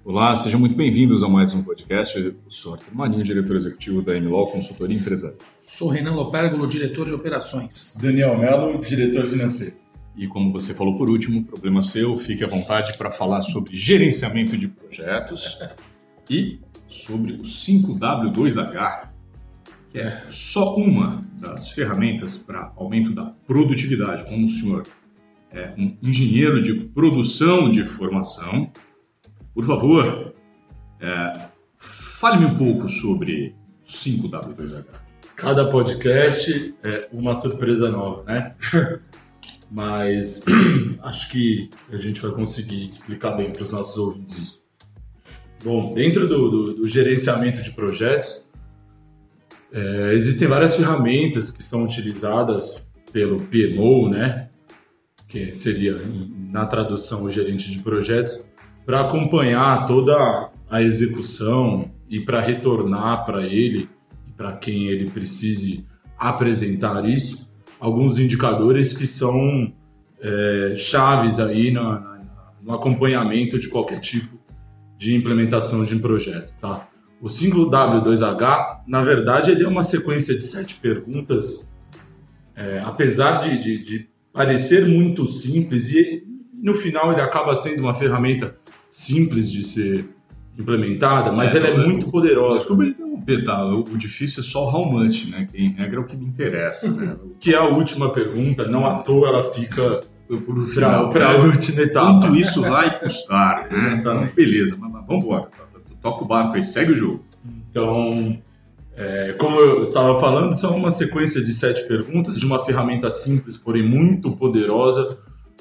Olá, sejam muito bem-vindos a mais um podcast. Eu sou Arthur Marinho, diretor executivo da MLAW Consultoria Empresarial. Sou Renan Lopérgolo, diretor de operações. Daniel Melo, diretor financeiro. E como você falou por último, problema seu, fique à vontade para falar sobre gerenciamento de projetos e sobre o 5W2H, que é só uma das ferramentas para aumento da produtividade. Como o senhor é um engenheiro de produção de formação, por favor, fale-me um pouco sobre 5W2H. Cada podcast é uma surpresa nova, né? Mas acho que a gente vai conseguir explicar bem para os nossos ouvintes isso. Bom, dentro do gerenciamento de projetos, existem várias ferramentas que são utilizadas pelo PMO, né? Que seria, na tradução, o gerente de projetos, para acompanhar toda a execução e para retornar para ele e para quem ele precise apresentar isso, alguns indicadores que são chaves aí no acompanhamento de qualquer tipo de implementação de um projeto, tá? O 5W2H, na verdade, ele é uma sequência de 7 perguntas, apesar de parecer muito simples, e no final ele acaba sendo uma ferramenta simples de ser implementada, mas ela é muito poderosa. Desculpa interromper, tá? O difícil é só o how much, né? Que em regra é o que me interessa, né? Que é a última pergunta, não à toa ela fica para a última etapa. Quanto isso vai custar? Né? Então, beleza, mas vamos embora. Toca o barco aí, segue o jogo. Então, como eu estava falando, são uma sequência de 7 perguntas de uma ferramenta simples, porém muito poderosa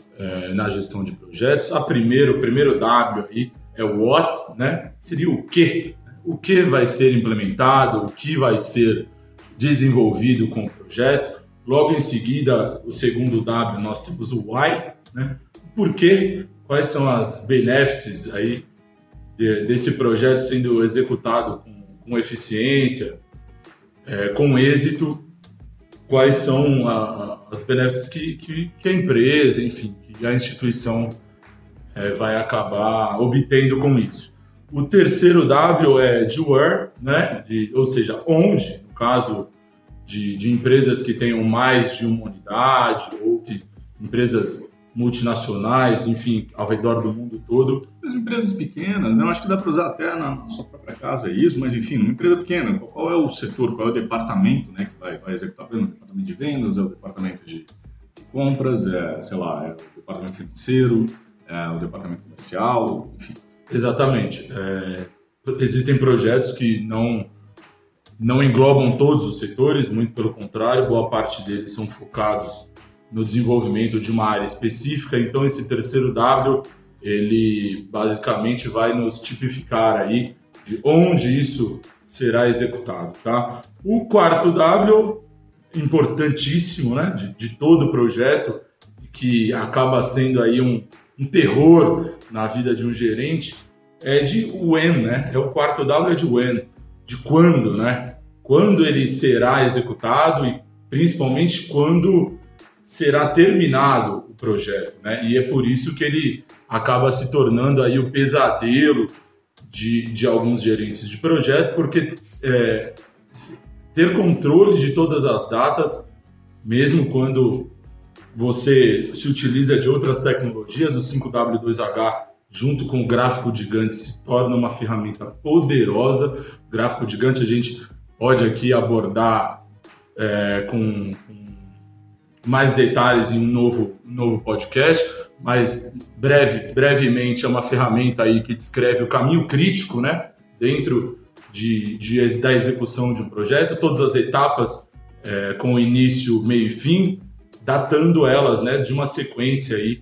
na gestão de projetos. O primeiro W aí é o what, né? Seria o que. O que vai ser implementado, o que vai ser desenvolvido com o projeto. Logo em seguida, o segundo W, nós temos o why, né? Por quê? Quais são as benefícios aí desse projeto sendo executado com eficiência, com êxito, quais são as benefícios que a empresa, enfim, que a instituição vai acabar obtendo com isso. O terceiro W é de where, né? Ou seja, onde, no caso de empresas que tenham mais de uma unidade ou empresas multinacionais, enfim, ao redor do mundo todo. As empresas pequenas, né? Eu acho que dá para usar até na sua própria casa isso, mas enfim, uma empresa pequena, qual é o setor, qual é o departamento, né, que vai executar? O departamento de vendas, é o departamento de compras, é o departamento financeiro, é o departamento comercial, enfim. Exatamente. Existem projetos que não englobam todos os setores, muito pelo contrário, boa parte deles são focados no desenvolvimento de uma área específica. Então, esse terceiro W, ele basicamente vai nos tipificar aí de onde isso será executado, tá? O quarto W, importantíssimo, né, de todo o projeto, que acaba sendo aí um terror na vida de um gerente, é de when, né? O quarto W é de when, de quando, né? Quando ele será executado e principalmente quando será terminado o projeto, né? E é por isso que ele acaba se tornando aí o pesadelo de alguns gerentes de projeto, porque ter controle de todas as datas, mesmo quando você se utiliza de outras tecnologias, o 5W2H junto com o gráfico gigante se torna uma ferramenta poderosa. O gráfico gigante a gente pode aqui abordar com mais detalhes em um novo podcast, mas brevemente é uma ferramenta aí que descreve o caminho crítico, né, dentro da execução de um projeto, todas as etapas com início, meio e fim, datando elas, né, de uma sequência aí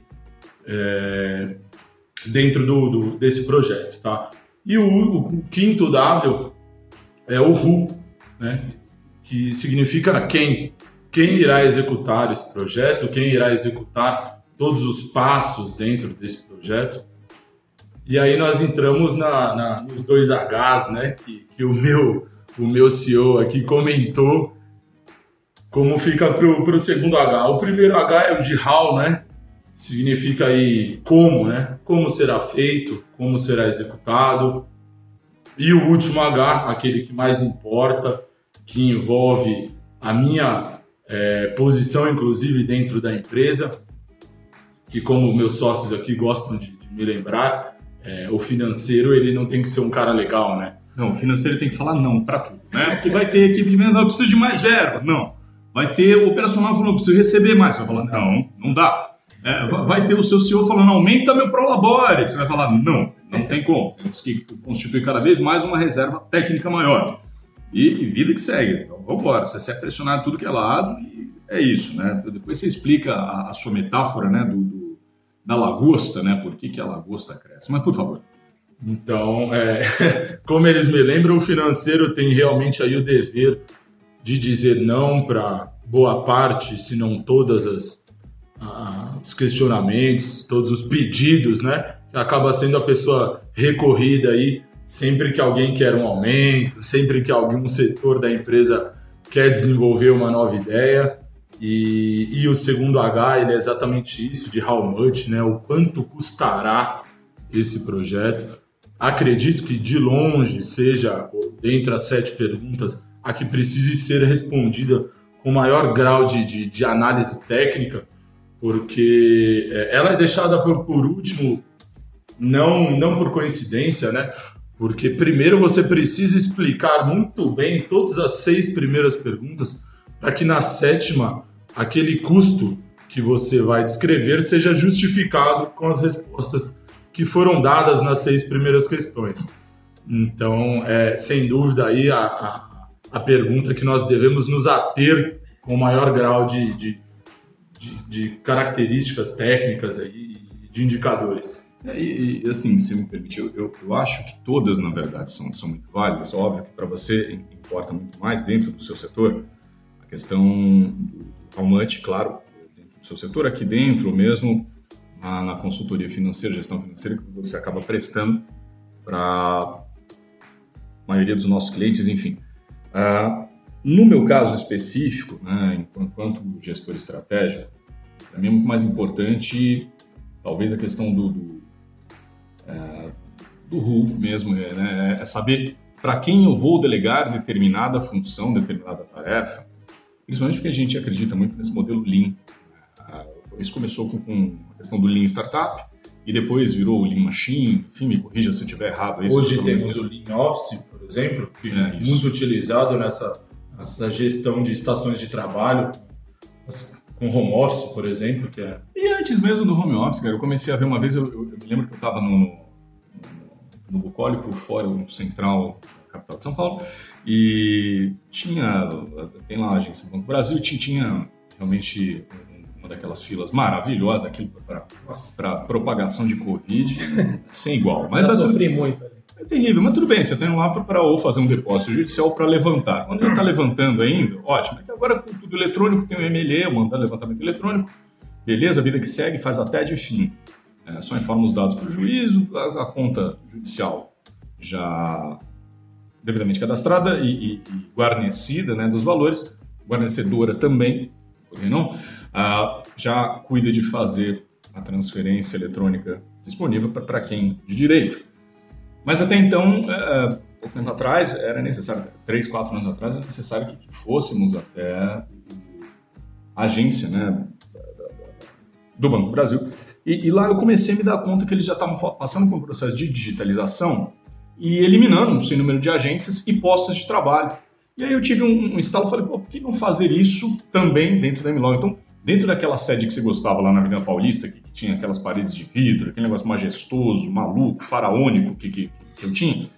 dentro desse projeto, tá? E o quinto W é o who, né, que significa quem irá executar esse projeto, quem irá executar todos os passos dentro desse projeto. E aí nós entramos nos dois Hs, né, que o meu CEO aqui comentou como fica para o segundo H. O primeiro H é o de how, né? significa aí como, né? Como será feito, como será executado. E o último H, aquele que mais importa, que envolve a minha posição, inclusive, dentro da empresa, que como meus sócios aqui gostam de me lembrar, o financeiro ele não tem que ser um cara legal, né? Não, o financeiro tem que falar não para tudo, né? Porque vai ter equipe de venda, eu preciso de mais verba. Não. Vai ter o operacional falando, eu preciso receber mais. Você vai falar, não dá. Vai ter o seu CEO falando, aumenta meu prolabore. Você vai falar, não tem como. Temos que constituir cada vez mais uma reserva técnica maior. E vida que segue. Então, vamos embora. Você é pressionado tudo que é lado e é isso, né? Depois você explica a sua metáfora, né, da lagosta, né? Por que a lagosta cresce. Mas, por favor. Então, como eles me lembram, o financeiro tem realmente aí o dever de dizer não para boa parte, se não todas os questionamentos, todos os pedidos, né? Que acaba sendo a pessoa recorrida aí sempre que alguém quer um aumento, sempre que algum setor da empresa quer desenvolver uma nova ideia. E o segundo H, ele é exatamente isso, de how much, né? O quanto custará esse projeto. Acredito que de longe seja, dentre as 7 perguntas, a que precise ser respondida com maior grau de análise técnica, porque ela é deixada por último, não por coincidência, né? Porque primeiro você precisa explicar muito bem todas as 6 primeiras perguntas, para que na 7ª, aquele custo que você vai descrever seja justificado com as respostas que foram dadas nas 6 primeiras questões. Então, sem dúvida, aí a pergunta que nós devemos nos ater com o maior grau de características técnicas aí, de indicadores. E assim, se me permite, eu acho que todas, na verdade, são muito válidas. Óbvio que para você importa muito mais dentro do seu setor a questão do how much, claro, dentro do seu setor, aqui dentro mesmo, na consultoria financeira, gestão financeira, que você acaba prestando para a maioria dos nossos clientes, enfim. No meu caso específico, né, enquanto gestor estratégico, para mim é muito mais importante, talvez, a questão do who mesmo, né, é saber para quem eu vou delegar determinada função, determinada tarefa, principalmente porque a gente acredita muito nesse modelo Lean. Isso começou com a questão do Lean Startup e depois virou o Lean Machine. Enfim, me corrija se eu estiver errado. Hoje temos o Lean Office, por exemplo, que é muito utilizado nessa gestão de estações de trabalho, com home office, por exemplo. E antes mesmo do home office, cara, eu comecei a ver uma vez, eu me lembro que eu estava no Bucólico Fórum Central da capital de São Paulo e tem lá a agência do Banco do Brasil, tinha realmente uma daquelas filas maravilhosas aqui para propagação de Covid, sem igual. Mas eu sofri muito ali. É terrível, mas tudo bem, você tem lá para ou fazer um depósito judicial para levantar. Quando ele está levantando ainda, ótimo. É que agora com tudo eletrônico, tem o MLE, o mandado de levantamento eletrônico, beleza, a vida que segue, faz até de fim. Só informa os dados para o juízo, a conta judicial já devidamente cadastrada e guarnecida, né, dos valores, guarnecedora também, por que não? Já cuida de fazer a transferência eletrônica disponível para quem de direito. Mas até então, pouco tempo atrás, era necessário, 3, 4 anos atrás, era necessário que fôssemos até a agência, né, do Banco do Brasil. E lá eu comecei a me dar conta que eles já estavam passando por um processo de digitalização e eliminando um sem número de agências e postos de trabalho. E aí eu tive um estalo e falei, por que não fazer isso também dentro da MLog? Então, dentro daquela sede que você gostava lá na Avenida Paulista, que tinha aquelas paredes de vidro, aquele negócio majestoso, maluco, faraônico que eu tinha,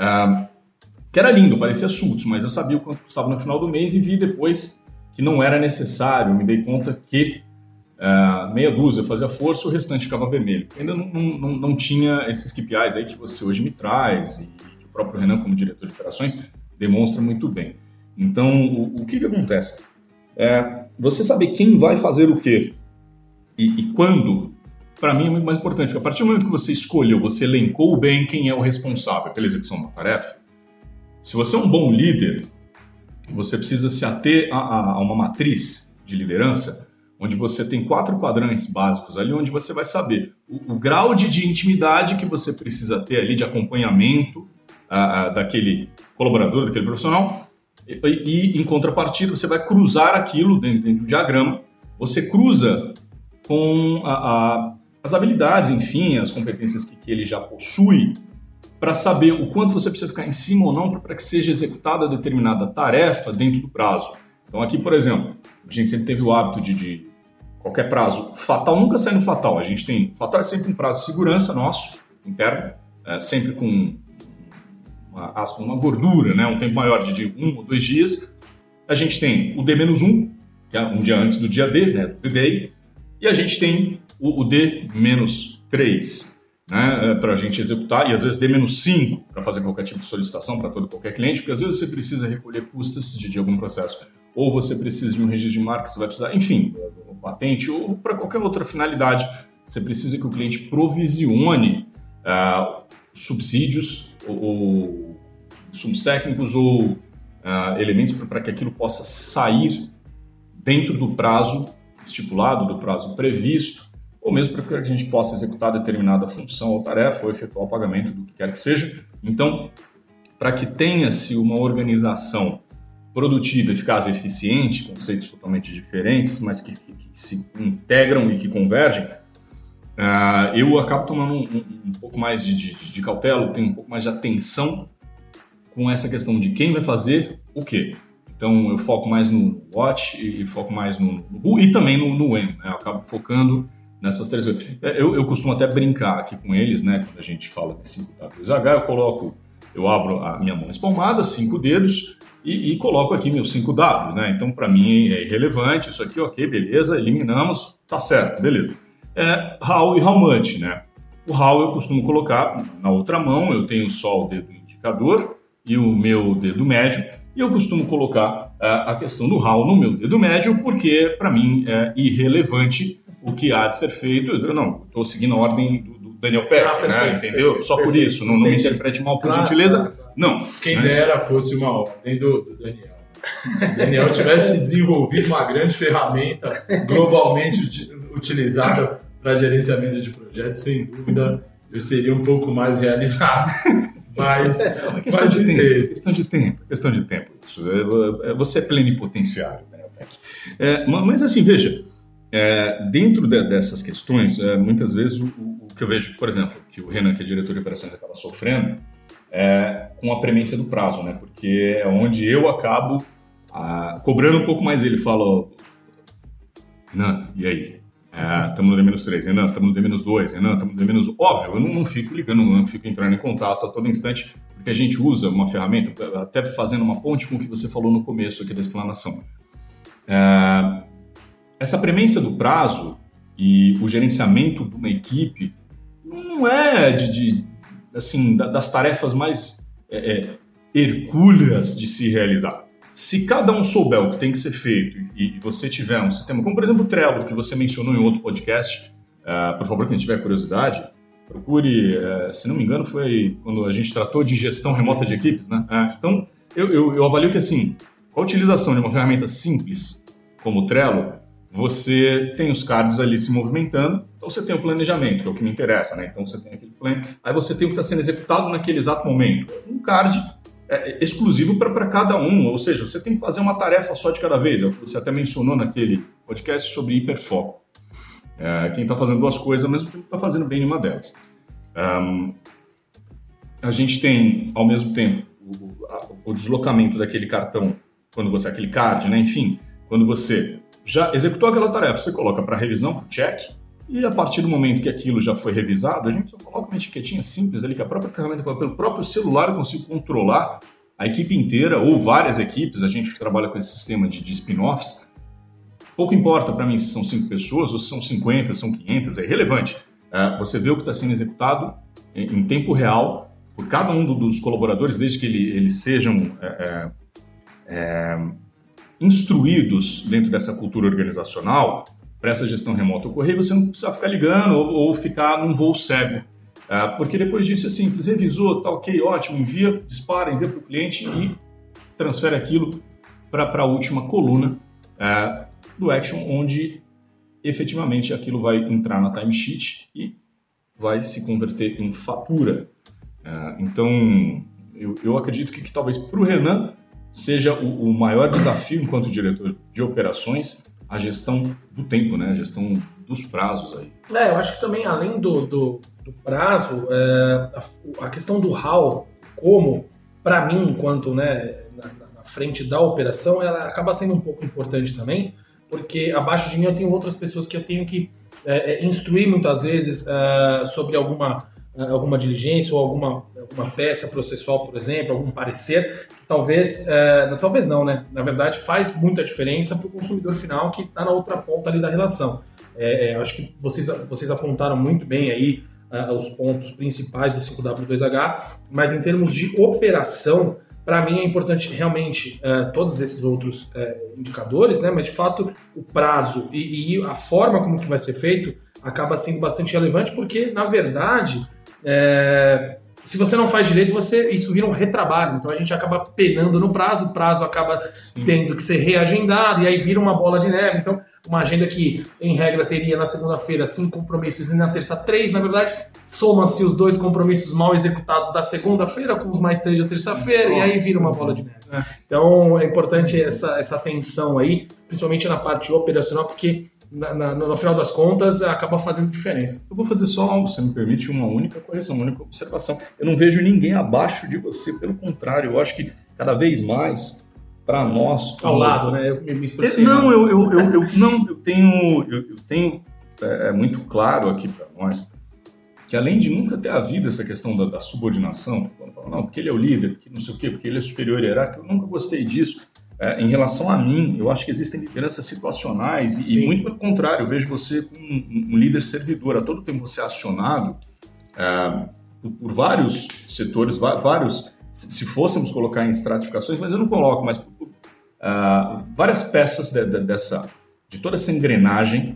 que era lindo, parecia Sultz, mas eu sabia o quanto custava no final do mês e vi depois que não era necessário. Me dei conta que meia dúzia fazia força, o restante ficava vermelho. Ainda não tinha esses KPIs aí que você hoje me traz e que o próprio Renan, como diretor de operações, demonstra muito bem. Então, o que acontece? Você saber quem vai fazer o quê e quando, para mim é muito mais importante. Porque a partir do momento que você escolheu, você elencou bem quem é o responsável pela execução da tarefa. Se você é um bom líder, você precisa se ater a uma matriz de liderança onde você tem 4 quadrantes básicos ali, onde você vai saber o grau de intimidade que você precisa ter ali, de acompanhamento daquele colaborador, daquele profissional, e em contrapartida você vai cruzar aquilo dentro do diagrama, você cruza com as habilidades, enfim, as competências que ele já possui, para saber o quanto você precisa ficar em cima ou não para que seja executada determinada tarefa dentro do prazo. Então aqui, por exemplo, a gente sempre teve o hábito de qualquer prazo fatal, nunca sai no fatal. A gente tem, fatal é sempre um prazo de segurança nosso, interno, sempre com uma gordura, né? Um tempo maior de 1 ou 2 dias. A gente tem o D-1, que é um dia antes do dia D, né? Do day, e a gente tem o D-3, né? Para a gente executar, e às vezes D-5 para fazer qualquer tipo de solicitação para todo qualquer cliente, porque às vezes você precisa recolher custas de algum processo, ou você precisa de um registro de marca, você vai precisar, enfim, patente, ou para qualquer outra finalidade, você precisa que o cliente provisione subsídios ou insumos técnicos ou elementos para que aquilo possa sair dentro do prazo estipulado, do prazo previsto, ou mesmo para que a gente possa executar determinada função ou tarefa ou efetuar o pagamento do que quer que seja. Então, para que tenha-se uma organização produtiva, eficaz e eficiente, conceitos totalmente diferentes, mas que se integram e que convergem, eu acabo tomando um pouco mais de cautela, tenho um pouco mais de atenção com essa questão de quem vai fazer o quê. Então, eu foco mais no what e foco mais no who e também no when, né? Eu acabo focando nessas 3 coisas. Eu costumo até brincar aqui com eles, né? Quando a gente fala de 5W2H, eu abro a minha mão espalmada, 5 dedos, e coloco aqui meus 5W, né? Então, para mim é irrelevante, isso aqui, ok, beleza, eliminamos, tá certo, beleza. How e how much, né? O how eu costumo colocar na outra mão, eu tenho só o dedo indicador e o meu dedo médio, e eu costumo colocar a questão do how no meu dedo médio, porque para mim é irrelevante o que há de ser feito. Eu não, estou seguindo a ordem do Daniel Peck, né? Entendeu? Só por isso, não me interprete mal, por gentileza. Não. Quem dera fosse uma ordem do Daniel. Se o Daniel tivesse desenvolvido uma grande ferramenta globalmente utilizada para gerenciamento de projetos, sem dúvida, eu seria um pouco mais realizado. Mas é uma questão de tempo. Isso. Você é plenipotenciário, né, Peck? Mas assim, veja, dentro dessas questões, muitas vezes o que eu vejo, por exemplo, que o Renan, que é diretor de operações, acaba sofrendo com a premência do prazo, né? Porque é onde eu acabo cobrando um pouco mais ele. Fala, Renan, e aí? Estamos no D-3, Renan, estamos no D-2, Renan, estamos no D-1. Óbvio, eu não fico ligando, não fico entrando em contato a todo instante, porque a gente usa uma ferramenta, até fazendo uma ponte com o que você falou no começo aqui da explanação. Essa premência do prazo e o gerenciamento de uma equipe não é das tarefas mais hercúleas de se realizar. Se cada um souber o que tem que ser feito e você tiver um sistema, como por exemplo o Trello, que você mencionou em outro podcast, por favor, quem tiver curiosidade, procure, se não me engano, foi quando a gente tratou de gestão remota de equipes, né? Então, eu avalio que assim, com a utilização de uma ferramenta simples como o Trello, você tem os cards ali se movimentando, então você tem o planejamento, que é o que me interessa, né? Então você tem aquele plano, aí você tem o que está sendo executado naquele exato momento. Um card exclusivo para cada um, ou seja, você tem que fazer uma tarefa só de cada vez, é o que você até mencionou naquele podcast sobre hiperfoco. Quem está fazendo 2 coisas ao mesmo tempo está fazendo bem uma delas. A gente tem, ao mesmo tempo, o deslocamento daquele cartão, aquele card, né? Enfim, quando você já executou aquela tarefa, você coloca para revisão, para o check, e a partir do momento que aquilo já foi revisado, a gente só coloca uma etiquetinha simples ali, que a própria ferramenta, pelo próprio celular, eu consigo controlar a equipe inteira, ou várias equipes. A gente trabalha com esse sistema de spin-offs. Pouco importa para mim se são 5 pessoas, ou se são 50, são 500, é irrelevante. Você vê o que está sendo executado em tempo real por cada um dos colaboradores, desde que eles sejam instruídos dentro dessa cultura organizacional para essa gestão remota ocorrer, você não precisa ficar ligando ou ficar num voo cego. Porque depois disso é simples, revisou, tá ok, ótimo, envia para o cliente e transfere aquilo para a última coluna do Action, onde efetivamente aquilo vai entrar na timesheet e vai se converter em fatura. Então, eu acredito que talvez para o Renan seja o maior desafio enquanto diretor de operações a gestão do tempo, né? A gestão dos prazos aí. Eu acho que também, além do prazo, a questão do how, como, para mim, enquanto na frente da operação, ela acaba sendo um pouco importante também, porque abaixo de mim eu tenho outras pessoas que eu tenho que instruir muitas vezes sobre alguma diligência ou alguma peça processual, por exemplo, algum parecer, que talvez não, né? Na verdade, faz muita diferença para o consumidor final que está na outra ponta ali da relação. Acho que vocês apontaram muito bem aí os pontos principais do 5W2H, mas em termos de operação, para mim é importante realmente todos esses outros indicadores, né? Mas de fato o prazo e a forma como que vai ser feito acaba sendo bastante relevante, porque na verdade se você não faz direito, isso vira um retrabalho. Então a gente acaba penando no prazo, o prazo acaba tendo que ser reagendado, e aí vira uma bola de neve. Então, uma agenda que, em regra, teria na segunda-feira 5 compromissos e na terça 3, na verdade, soma-se os 2 compromissos mal executados da segunda-feira com os mais 3 da terça-feira, e aí vira uma bola de neve. Então é importante essa atenção aí, principalmente na parte operacional, porque no final das contas, acaba fazendo diferença. Eu vou fazer só, se me permite, uma única correção, uma única observação. Eu não vejo ninguém abaixo de você, pelo contrário, eu acho que cada vez mais, para nós... Ao lado, né? Eu me expressei. Eu tenho muito claro aqui para nós que além de nunca ter havido essa questão da subordinação, quando fala, não, porque ele é o líder, porque não sei o quê, porque ele é superior hierárquico, eu nunca gostei disso. Em relação a mim, eu acho que existem lideranças situacionais e muito pelo contrário, eu vejo você como um líder servidor. A todo tempo você é acionado por vários setores, se fôssemos colocar em estratificações, mas eu não coloco, mas várias peças de toda essa engrenagem,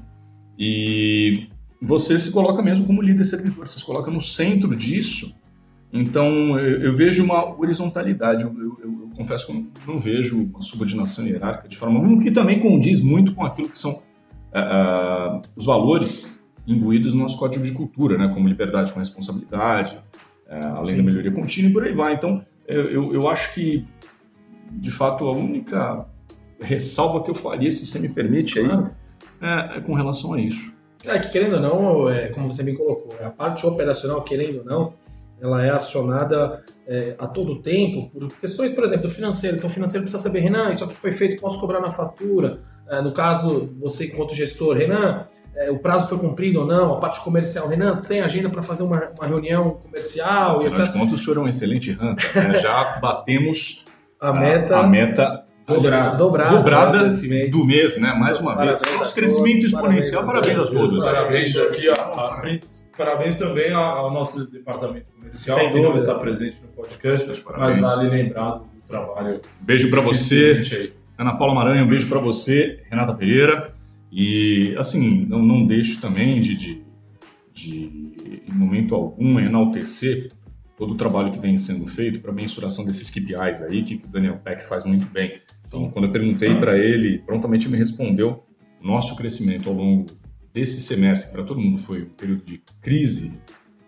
e você se coloca mesmo como líder servidor, você se coloca no centro disso. Então, eu vejo uma horizontalidade, eu confesso que eu não vejo uma subordinação hierárquica de forma alguma, que também condiz muito com aquilo que são os valores imbuídos no nosso código de cultura, né, como liberdade com responsabilidade, além da melhoria contínua e por aí vai. Então, eu acho que, de fato, a única ressalva que eu faria, se você me permite, aí, é com relação a isso. Que querendo ou não, como você bem colocou, a parte operacional, querendo ou não, ela é acionada a todo tempo por questões, por exemplo, do financeiro. Então, o financeiro precisa saber, Renan, isso aqui foi feito, posso cobrar na fatura? No caso, você enquanto gestor, Renan, o prazo foi cumprido ou não? A parte comercial, Renan, tem agenda para fazer uma reunião comercial? Afinal de contas, o senhor é um excelente hunter, né? Já batemos a meta dobrada do mês, né? Mais uma vez. Nosso crescimento exponencial, parabéns a todos. Parabéns aqui parabéns também ao nosso departamento comercial, que não está presente no podcast, mas vale lembrar do trabalho. Beijo para você, Ana Paula Maranhão, um beijo para você, Renata Pereira. E, assim, não deixo também de em momento algum, enaltecer todo o trabalho que vem sendo feito para a mensuração desses KPIs aí, que o Daniel Peck faz muito bem. Então, quando eu perguntei para ele, prontamente me respondeu: o nosso crescimento ao longo desse semestre, para todo mundo foi um período de crise,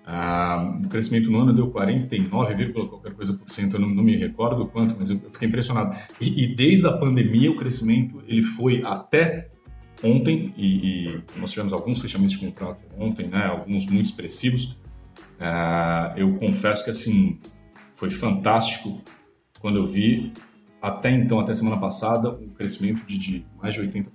o crescimento no ano deu 49, qualquer coisa por cento, eu não me recordo quanto, mas eu fiquei impressionado. E desde a pandemia, o crescimento ele foi até ontem, e nós tivemos alguns fechamentos de contrato ontem, né, alguns muito expressivos. Eu confesso que assim, foi fantástico quando eu vi, até então, até semana passada, um crescimento de mais de 80%.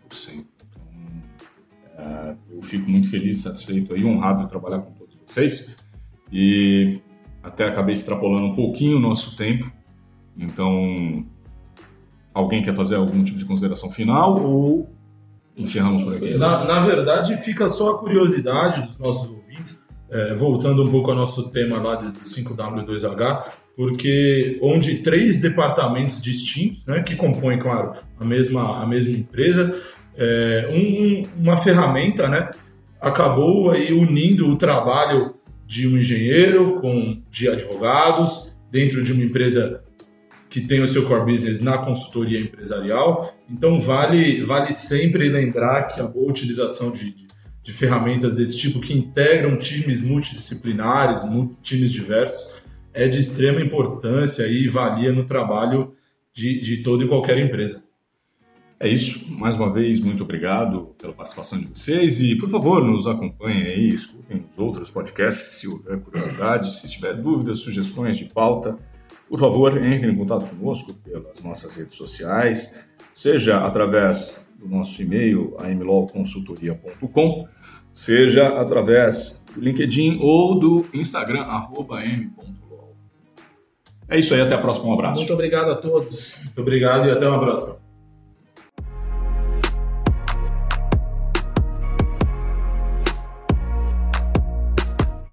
Eu fico muito feliz, satisfeito e honrado de trabalhar com todos vocês, e até acabei extrapolando um pouquinho o nosso tempo. Então, alguém quer fazer algum tipo de consideração final ou encerramos por aqui? Na verdade, fica só a curiosidade dos nossos ouvintes, voltando um pouco ao nosso tema lá do 5W2H, porque onde 3 departamentos distintos, né, que compõem, claro, a mesma empresa, uma ferramenta, né, acabou aí unindo o trabalho de um engenheiro com de advogados dentro de uma empresa que tem o seu core business na consultoria empresarial. Então, vale sempre lembrar que a boa utilização de ferramentas desse tipo, que integram times multidisciplinares, times diversos, é de extrema importância e valia no trabalho de toda e qualquer empresa. É isso. Mais uma vez, muito obrigado pela participação de vocês e, por favor, nos acompanhem aí, escutem os outros podcasts se houver curiosidade, se tiver dúvidas, sugestões de pauta. Por favor, entre em contato conosco pelas nossas redes sociais, seja através do nosso e-mail, amlawconsultoria.com, seja através do LinkedIn ou do Instagram, @m.law. É isso aí, até a próxima, um abraço. Muito obrigado a todos. Muito obrigado e até uma próxima.